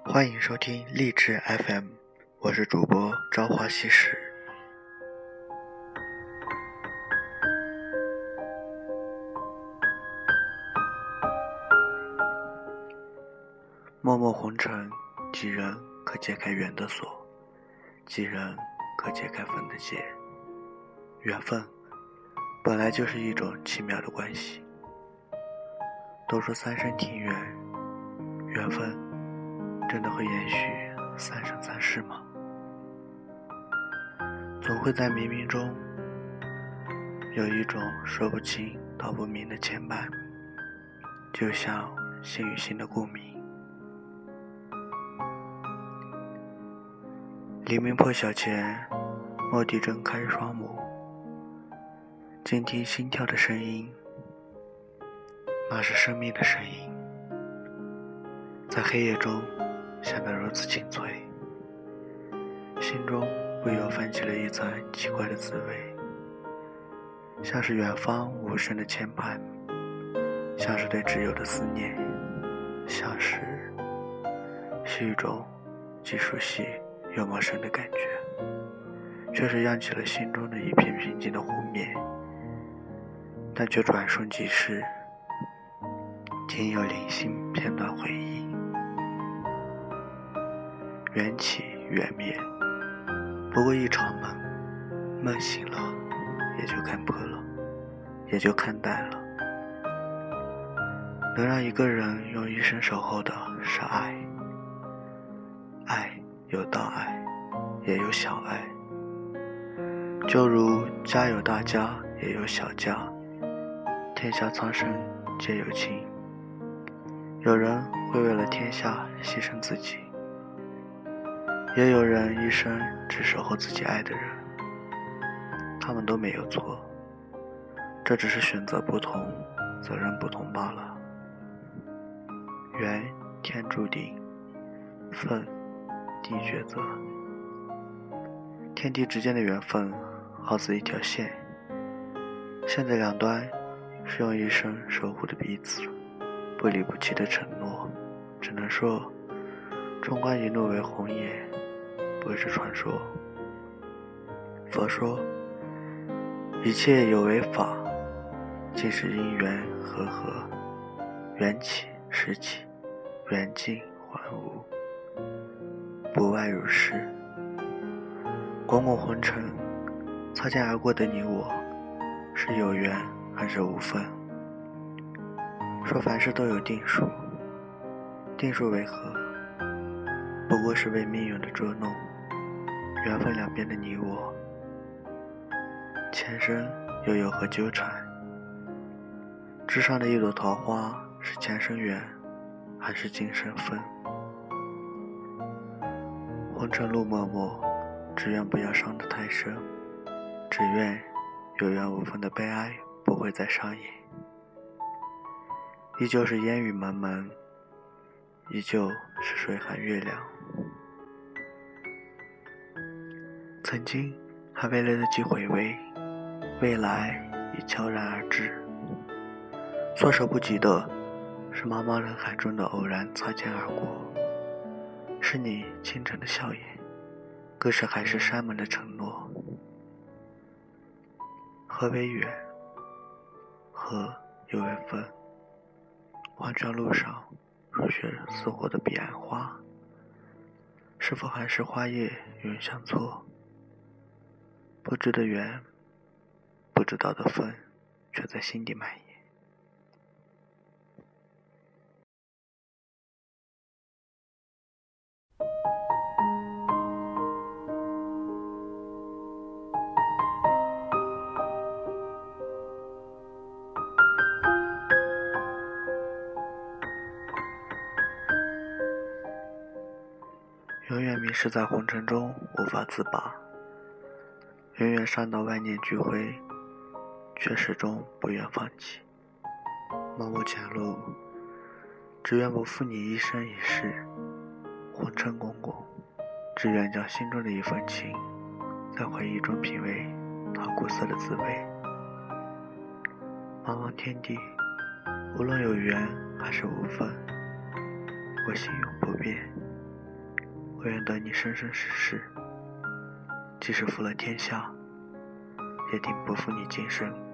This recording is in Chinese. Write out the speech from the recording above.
欢迎收听励志 FM， 我是主播朝花夕拾。默默红尘，几人可解开缘的锁，几人可解开分的结。缘分本来就是一种奇妙的关系。都说三生庭缘，缘分真的会延续三生三世吗？总会在冥冥中有一种说不清道不明的牵绊，就像心与心的共鸣。黎明破晓前，蓦地睁开双目，静听心跳的声音，那是生命的声音，在黑夜中显得如此清脆，心中不由泛起了一层奇怪的滋味，像是远方无声的牵绊，像是对挚友的思念，像是一种既熟悉又陌生的感觉，却是漾起了心中的一片平静的湖面，但却转瞬即逝，仅有零星片段回忆。缘起缘灭，不过一场梦，梦醒了也就看破了，也就看淡了。能让一个人用一生守候的是爱，爱有大爱，也有小爱，就如家有大家，也有小家，天下苍生皆有情。有人会为了天下牺牲自己，也有人一生只守候自己爱的人，他们都没有错，这只是选择不同，责任不同罢了。缘天注定，分地抉择，天地之间的缘分好似一条线，线的两端是用一生守护的彼此，不离不弃的承诺，只能说终关一怒为红颜，不是传说。佛说一切有为法，尽是因缘和合，缘起时起，缘尽还无，不外如是。滚滚红尘，擦肩而过的你我，是有缘还是无分？说凡事都有定数，定数为何？不过是为命运的捉弄，缘分两边的你我，前生又有何纠缠？枝上的一朵桃花，是前生缘还是今生分？红尘路默默，只愿不要伤得太深，只愿有缘无分的悲哀不会再上演。依旧是烟雨蒙蒙，依旧是水寒月凉。曾经还未来得及回味，未来已悄然而至。措手不及的是茫茫人海中的偶然擦肩而过，是你倾城的笑颜，更是海誓山盟的承诺。何为缘？何又为分？黄泉路上如雪似火的彼岸花，是否还是花叶永相错？不知的缘，不知道的分，却在心底蔓延。永远迷失在红尘中，无法自拔，永远伤到万念俱灰，却始终不愿放弃。茫茫前路，只愿不负你一生一世，红尘滚滚，只愿将心中的一份情，在回忆中品味它苦涩的滋味。茫茫天地，无论有缘还是无分，我心永不变， 我愿得你生生世世，即使负了天下，也定不负你今生。